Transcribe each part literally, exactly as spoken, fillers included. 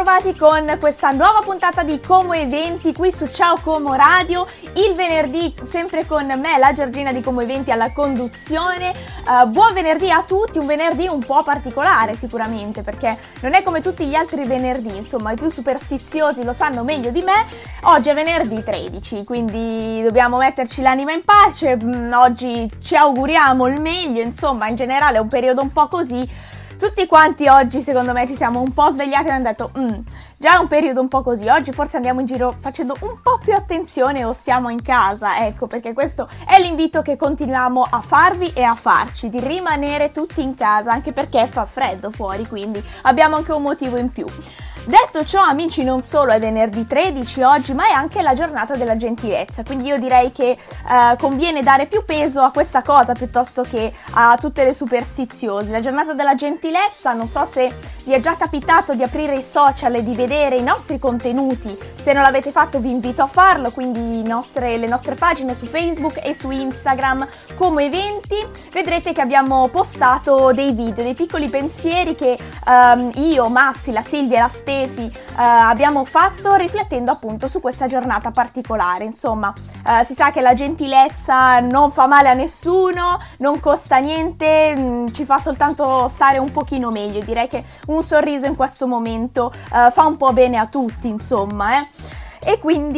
ritrovati con questa nuova puntata di Como Eventi qui su Ciao Como Radio, il venerdì sempre con me, la Giorgina di Como Eventi alla conduzione. Uh, buon venerdì a tutti, un venerdì un po' particolare sicuramente, perché non è come tutti gli altri venerdì, insomma i più superstiziosi lo sanno meglio di me. Oggi è venerdì tredici, quindi dobbiamo metterci l'anima in pace, mm, oggi ci auguriamo il meglio, insomma in generale è un periodo un po' così. Tutti quanti oggi secondo me ci siamo un po' svegliati e abbiamo detto mm, già è un periodo un po' così, oggi forse andiamo in giro facendo un po' più attenzione o stiamo in casa, ecco, perché questo è l'invito che continuiamo a farvi e a farci, di rimanere tutti in casa, anche perché fa freddo fuori, quindi abbiamo anche un motivo in più. Detto ciò, amici, non solo è venerdì tredici oggi, ma è anche la giornata della gentilezza, quindi io direi che eh, conviene dare più peso a questa cosa piuttosto che a tutte le superstiziose. La giornata della gentilezza, non so se vi è già capitato di aprire i social e di vedere i nostri contenuti, se non l'avete fatto vi invito a farlo, quindi nostre, le nostre pagine su Facebook e su Instagram Como Eventi, vedrete che abbiamo postato dei video, dei piccoli pensieri che ehm, io, Massi, la Silvia e la Stefania Uh, abbiamo fatto riflettendo appunto su questa giornata particolare. Insomma, uh, si sa che la gentilezza non fa male a nessuno, non costa niente, mh, ci fa soltanto stare un pochino meglio. Direi che un sorriso in questo momento uh, fa un po' bene a tutti, insomma, eh. E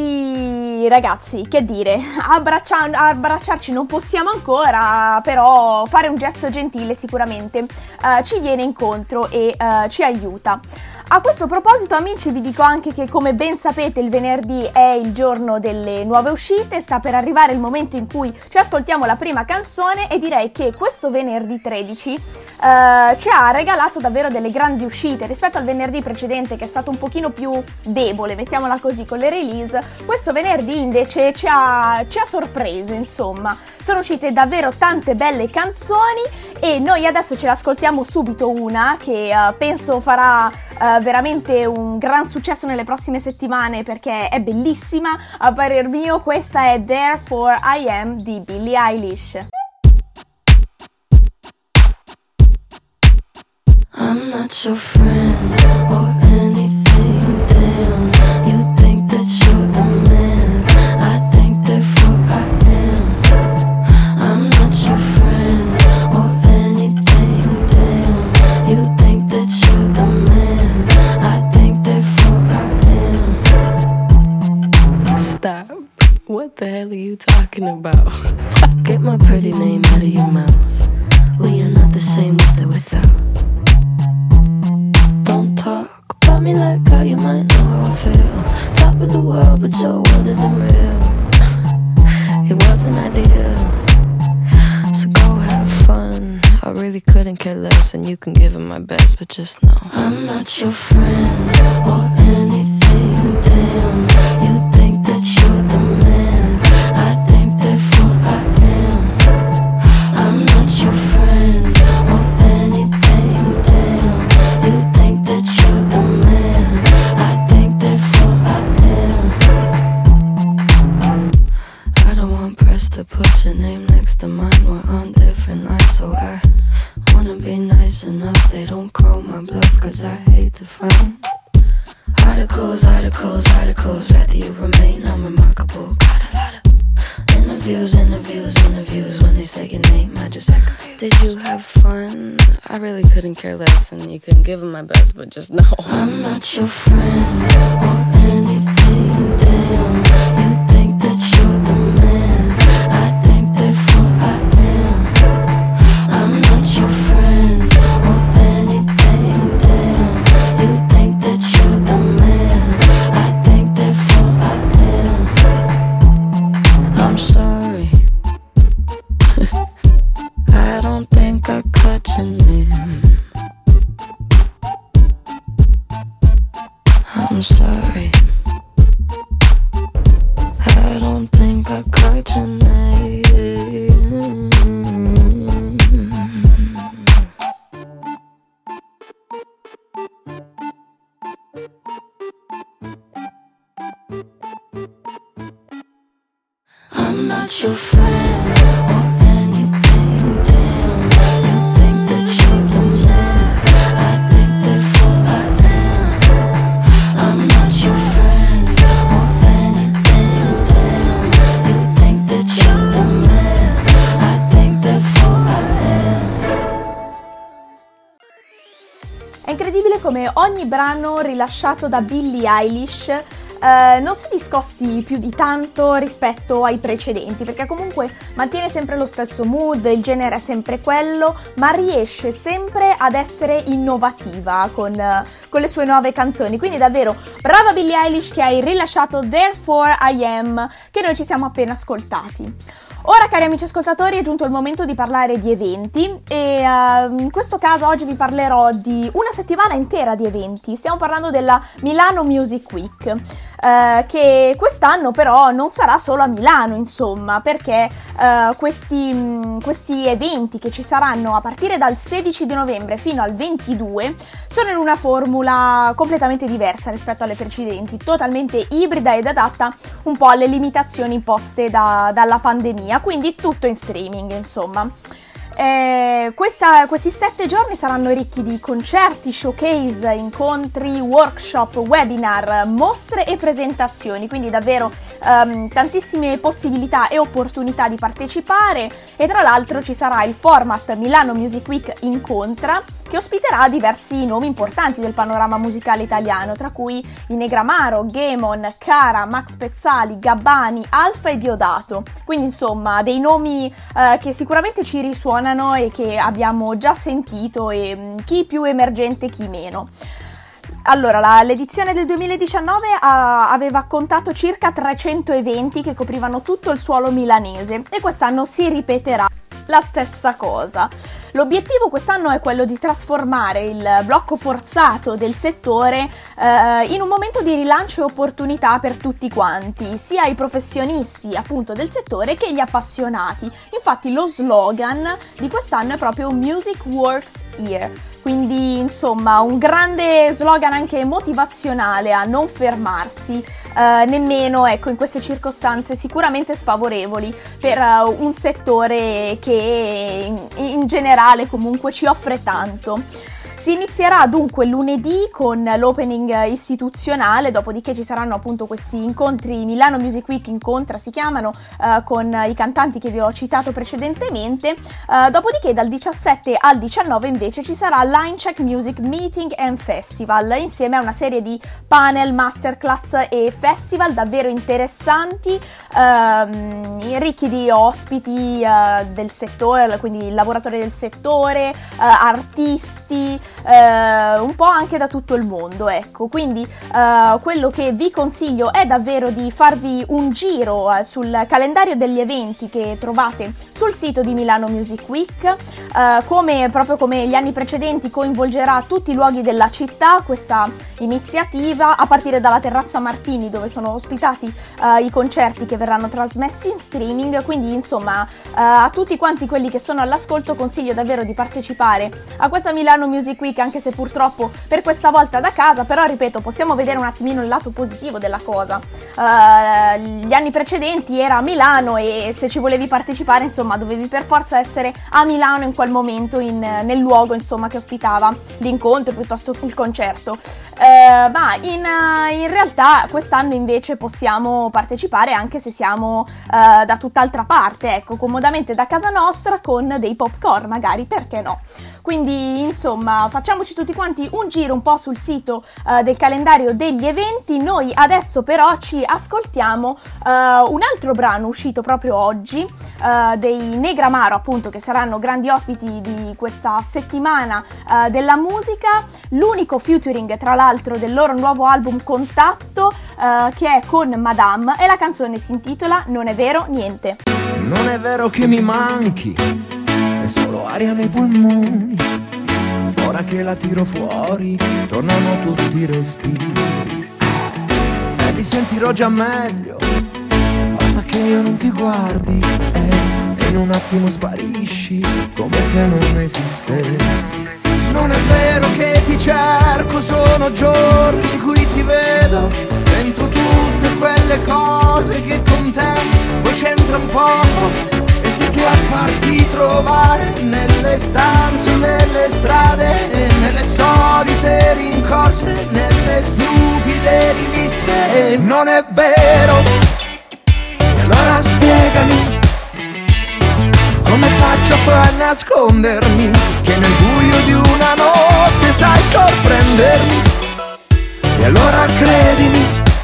quindi ragazzi, che dire, abbraccia- abbracciarci non possiamo ancora, però fare un gesto gentile sicuramente uh, ci viene incontro e uh, ci aiuta. A questo proposito, amici, vi dico anche che, come ben sapete, il venerdì è il giorno delle nuove uscite, sta per arrivare il momento in cui ci ascoltiamo la prima canzone e direi che questo venerdì tredici eh, ci ha regalato davvero delle grandi uscite rispetto al venerdì precedente, che è stato un pochino più debole, mettiamola così, con le release. Questo venerdì invece ci ha, ci ha sorpreso, insomma. Sono uscite davvero tante belle canzoni e noi adesso ce l'ascoltiamo subito una che uh, penso farà Uh, veramente un gran successo nelle prossime settimane perché è bellissima. A parer mio questa è Therefore I Am di Billie Eilish. I'm not your friend or anything, damn. You think that you're the man, I think therefore I am. I'm not your friend or anything, damn. You think that you're the man, stop. What the hell are you talking about? Get my pretty name out of your mouth. We are not the same with or without. Don't talk about me like how you might know how I feel. Top of the world, but your world isn't real. It wasn't ideal, so go have fun. I really couldn't care less, and you can give it my best, but just know I'm not your friend or anything, damn. You think that you're the man, I think therefore I am. I'm not your friend or anything, damn. You think that you're the man, I think therefore I am. I don't want press to put your name next to mine, we're on different lines, so I wanna be nice enough they don't call my bluff, cause I hate to find articles, articles, articles, rather you remain unremarkable. Got a lot of interviews, interviews, interviews. When they say your name, I just act confused. Did you have fun? I really couldn't care less, and you couldn't give it my best, but just know I'm not your friend or anything, damn. You think that you're the man, I think therefore I am. I'm not your friend or anything, damn. You think that you're the man, I think therefore I am. I'm sorry, I don't think I caught your name. I'm sorry, I don't think I caught your name. I'm not your friend or anything, damn. You think that you're the man, I think therefore I am. come ogni brano rilasciato da Billie Eilish Uh, non si discosti più di tanto rispetto ai precedenti, perché comunque mantiene sempre lo stesso mood, il genere è sempre quello, ma riesce sempre ad essere innovativa con, uh, con le sue nuove canzoni. Quindi davvero brava Billie Eilish, che hai rilasciato Therefore I Am, che noi ci siamo appena ascoltati. Ora, cari amici ascoltatori, è giunto il momento di parlare di eventi e uh, in questo caso oggi vi parlerò di una settimana intera di eventi. Stiamo parlando della Milano Music Week, uh, che quest'anno però non sarà solo a Milano, insomma, perché uh, questi, mh, questi eventi che ci saranno a partire dal sedici di novembre fino al ventidue sono in una formula completamente diversa rispetto alle precedenti, totalmente ibrida ed adatta un po' alle limitazioni imposte da, dalla pandemia. Quindi tutto in streaming, insomma. Eh, questa, questi sette giorni saranno ricchi di concerti, showcase, incontri, workshop, webinar, mostre e presentazioni, quindi davvero um, tantissime possibilità e opportunità di partecipare. E tra l'altro ci sarà il format Milano Music Week Incontra, che ospiterà diversi nomi importanti del panorama musicale italiano, tra cui i Negramaro, Gamon, Cara, Max Pezzali, Gabbani, Alfa e Diodato. Quindi insomma dei nomi eh, che sicuramente ci risuonano e che abbiamo già sentito, e mh, chi più emergente chi meno. Allora, la, l'edizione del duemiladiciannove ha, aveva contato circa trecento eventi che coprivano tutto il suolo milanese, e quest'anno si ripeterà la stessa cosa. L'obiettivo quest'anno è quello di trasformare il blocco forzato del settore eh, in un momento di rilancio e opportunità per tutti quanti, sia i professionisti appunto del settore che gli appassionati. Infatti lo slogan di quest'anno è proprio Music Works Here. Quindi insomma un grande slogan anche motivazionale a non fermarsi, eh, nemmeno ecco in queste circostanze sicuramente sfavorevoli per uh, un settore che in, in generale comunque ci offre tanto. Si inizierà dunque lunedì con l'opening istituzionale, dopodiché ci saranno appunto questi incontri, Milano Music Week Incontra si chiamano, eh, con i cantanti che vi ho citato precedentemente. Eh, dopodiché dal diciassette al diciannove invece ci sarà Line Check Music Meeting and Festival, insieme a una serie di panel, masterclass e festival davvero interessanti, ehm, ricchi di ospiti eh, del settore, quindi lavoratori del settore, eh, artisti, Uh, un po' anche da tutto il mondo, ecco. Quindi uh, quello che vi consiglio è davvero di farvi un giro uh, sul calendario degli eventi che trovate sul sito di Milano Music Week. Uh, come proprio come gli anni precedenti coinvolgerà tutti i luoghi della città questa iniziativa, a partire dalla Terrazza Martini, dove sono ospitati uh, i concerti che verranno trasmessi in streaming. Quindi insomma uh, a tutti quanti quelli che sono all'ascolto consiglio davvero di partecipare a questa Milano Music Week, anche se purtroppo per questa volta da casa, però ripeto, possiamo vedere un attimino il lato positivo della cosa. Uh, gli anni precedenti era a Milano e se ci volevi partecipare insomma dovevi per forza essere a Milano in quel momento, in, nel luogo insomma che ospitava l'incontro piuttosto che il concerto. Uh, ma in, uh, in realtà quest'anno invece possiamo partecipare anche se siamo uh, da tutt'altra parte, ecco, comodamente da casa nostra con dei popcorn magari, perché no? Quindi insomma facciamoci tutti quanti un giro un po' sul sito uh, del calendario degli eventi. Noi adesso però ci ascoltiamo uh, un altro brano uscito proprio oggi, uh, dei Negramaro appunto, che saranno grandi ospiti di questa settimana uh, della musica, l'unico featuring tra l'altro del loro nuovo album Contatto, uh, che è con Madame, e la canzone si intitola Non è vero niente. Non è vero che mi manchi, è solo aria nei polmoni. Ora che la tiro fuori, tornano tutti i respiri. E mi sentirò già meglio, basta che io non ti guardi, eh, e in un attimo sparisci, come se non esistessi. Non è vero che ti cerco, sono giorni in cui ti vedo dentro tutte quelle cose che con te poi c'entran poco. E sì che a farti trovare nelle stanze, nelle strade, nelle solite rincorse, nelle stupide riviste. Non è vero, e allora spiegami come fai faccio poi a nascondermi che nel buio di una notte sai sorprendermi? E allora credimi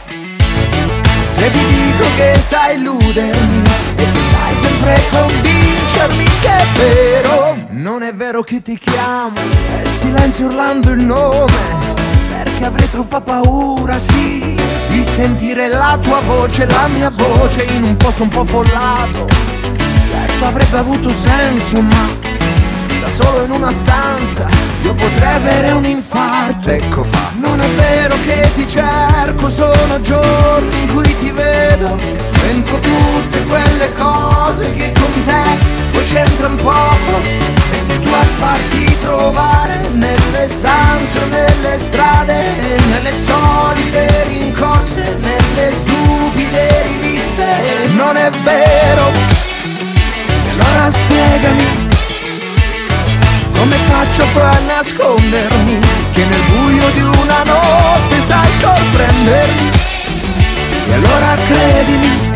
se ti dico che sai illudermi e che sai sempre convincermi che è vero. Non è vero che ti chiamo, è il silenzio urlando il nome, perché avrei troppa paura, sì, di sentire la tua voce, la mia voce in un posto un po' follato. Certo avrebbe avuto senso, ma da solo in una stanza io potrei avere un infarto. Ecco fa. Non è vero che ti cerco, sono giorni in cui ti vedo dentro tutte quelle cose che con te poi c'entrano poco. E sei tu a farti trovare nelle stanze, nelle strade, nelle solite rincorse, nelle stupide riviste. Non è vero, e allora spiegami come faccio poi a nascondermi che nel buio di una notte sai sorprendermi? E allora credimi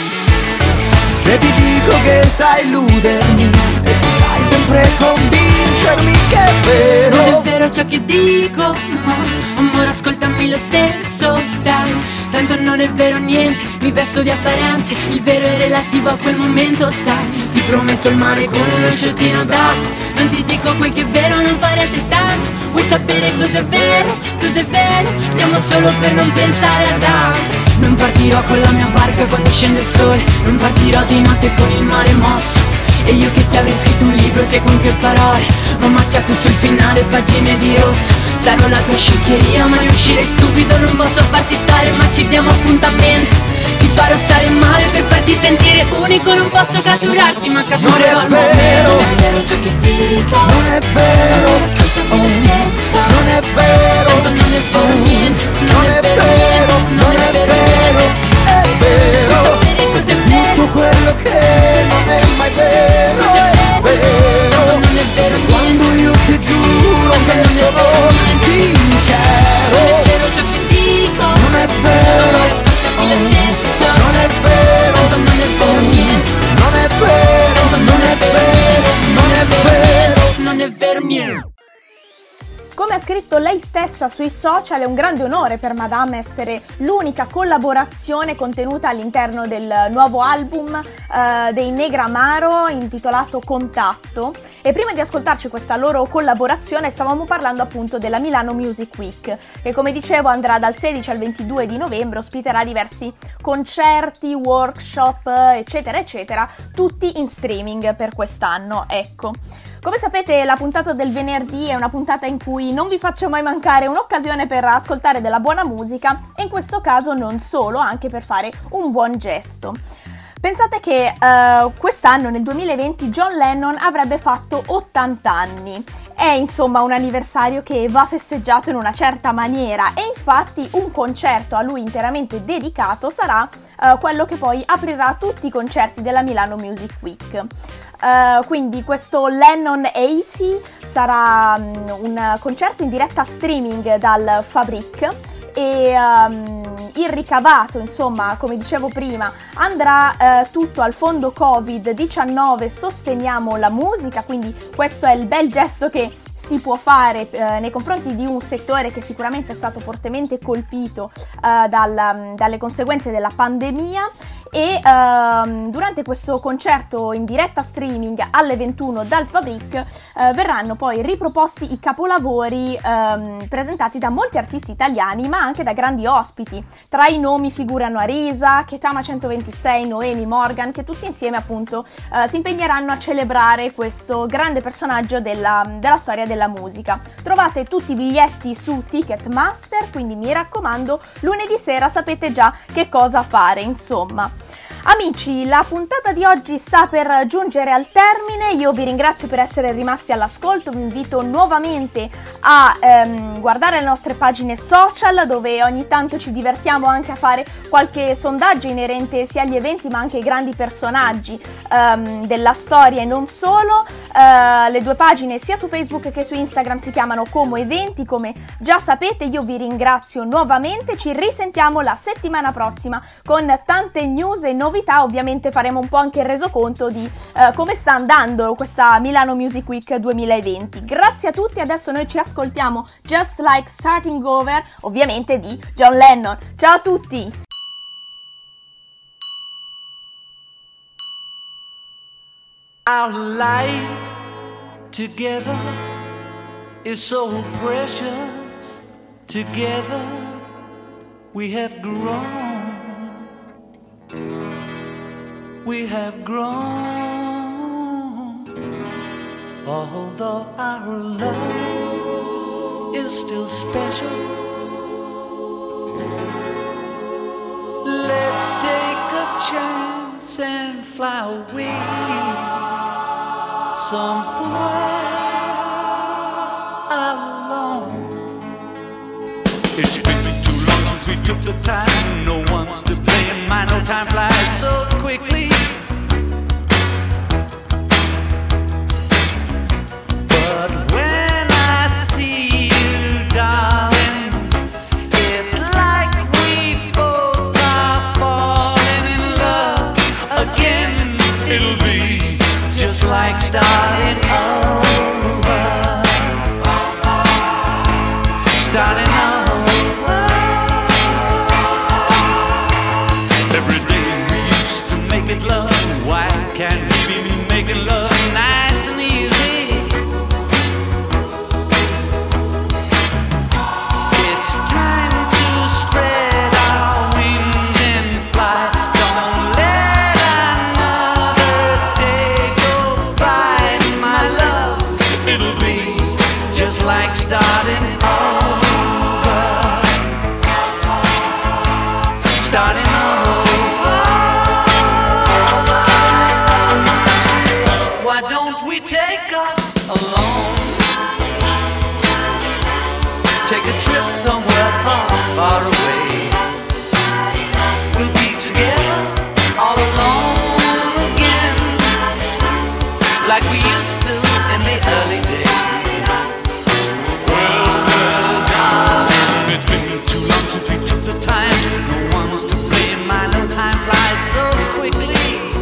se ti dico che sai illudermi e che sai sempre convincermi che è vero. Non è vero ciò che dico, amore ascoltami lo stesso, dai. Tanto non è vero niente, mi vesto di apparenze, il vero è relativo a quel momento, sai. Ti prometto il mare con uno sciottino d'acqua, non ti dico quel che è vero, non fare altrettanto. Vuoi sapere cos'è vero, cos'è vero? Andiamo solo per non pensare ad altro. Non partirò con la mia barca quando scende il sole, non partirò di notte con il mare mosso. E io che ti avrei scritto un libro, sai con che parole, ma ho macchiato sul finale pagine di rosso. Sarò la tua sciccheria ma ne uscire stupido, non posso farti stare ma ci diamo appuntamento. Ti farò stare male per farti sentire unico, non posso catturarti ma catturerò il momento. Non è vero ciò che dico, non è vero, ascoltami lo stesso, non è vero, tanto non è vero niente, non è vero, non è vero, è vero. Sapere cos'è vero, tutto quello che non è mai vero, cos'è è vero. tanto non è vero niente, Quando io ti giuro che sono sincero, non è vero ciò che dico, non è vero, ascoltami lo stesso, non è vero, tanto non è vero niente, non è vero, non è vero, non è vero, non è vero niente. Come ha scritto lei stessa sui social, è un grande onore per Madame essere l'unica collaborazione contenuta all'interno del nuovo album eh, dei Negramaro intitolato Contatto. E prima di ascoltarci questa loro collaborazione stavamo parlando appunto della Milano Music Week, che come dicevo andrà dal sedici al ventidue di novembre, ospiterà diversi concerti, workshop, eccetera eccetera, tutti in streaming per quest'anno, ecco. Come sapete, la puntata del venerdì è una puntata in cui non vi faccio mai mancare un'occasione per ascoltare della buona musica e in questo caso non solo, anche per fare un buon gesto. Pensate che uh, quest'anno, nel duemilaventi, John Lennon avrebbe fatto ottanta anni. È insomma un anniversario che va festeggiato in una certa maniera e infatti un concerto a lui interamente dedicato sarà uh, quello che poi aprirà tutti i concerti della Milano Music Week. Uh, quindi questo Lennon ottanta sarà um, un concerto in diretta streaming dal Fabric e um, il ricavato, insomma, come dicevo prima, andrà uh, tutto al fondo covid diciannove Sosteniamo la musica, quindi questo è il bel gesto che si può fare eh, nei confronti di un settore che sicuramente è stato fortemente colpito eh, dal, dalle conseguenze della pandemia. E uh, durante questo concerto in diretta streaming alle ventuno dal Fabric uh, verranno poi riproposti i capolavori um, presentati da molti artisti italiani ma anche da grandi ospiti. Tra i nomi figurano Arisa, Ketama centoventisei, Noemi Morgan, che tutti insieme appunto uh, si impegneranno a celebrare questo grande personaggio della, della storia della musica. Trovate tutti i biglietti su Ticketmaster, quindi mi raccomando, lunedì sera sapete già che cosa fare, insomma. Amici, la puntata di oggi sta per giungere al termine, io vi ringrazio per essere rimasti all'ascolto, vi invito nuovamente a ehm, guardare le nostre pagine social dove ogni tanto ci divertiamo anche a fare qualche sondaggio inerente sia agli eventi ma anche ai grandi personaggi ehm, della storia e non solo. Uh, le due pagine sia su Facebook che su Instagram si chiamano Como Eventi, come già sapete. Io vi ringrazio nuovamente, ci risentiamo la settimana prossima con tante news e novità novità ovviamente faremo un po' anche il resoconto di uh, come sta andando questa Milano Music Week duemilaventi. Grazie a tutti, adesso noi ci ascoltiamo Just Like Starting Over, ovviamente di John Lennon. Ciao a tutti! Our life together is so precious. Together we have grown. We have grown. Although our love is still special, let's take a chance and fly away somewhere alone. It's been too long since we took the time. No one's to blame. My no time flies so quickly. But when I see you, darling, it's like we both are falling in love again. It'll be just like starting over, starting over. Every day we used to make it love. Why can't we be making love nice and easy? It's time to spread our wings and fly. Don't let another day go by, my love. It'll be just like starting over, starting over. Why don't we take us alone? Take a trip somewhere far, far away. We'll be together all alone again, like we used to in the early days. Well, well, darling, it's been too long since we took the time. No one's to blame. My no time flies so quickly.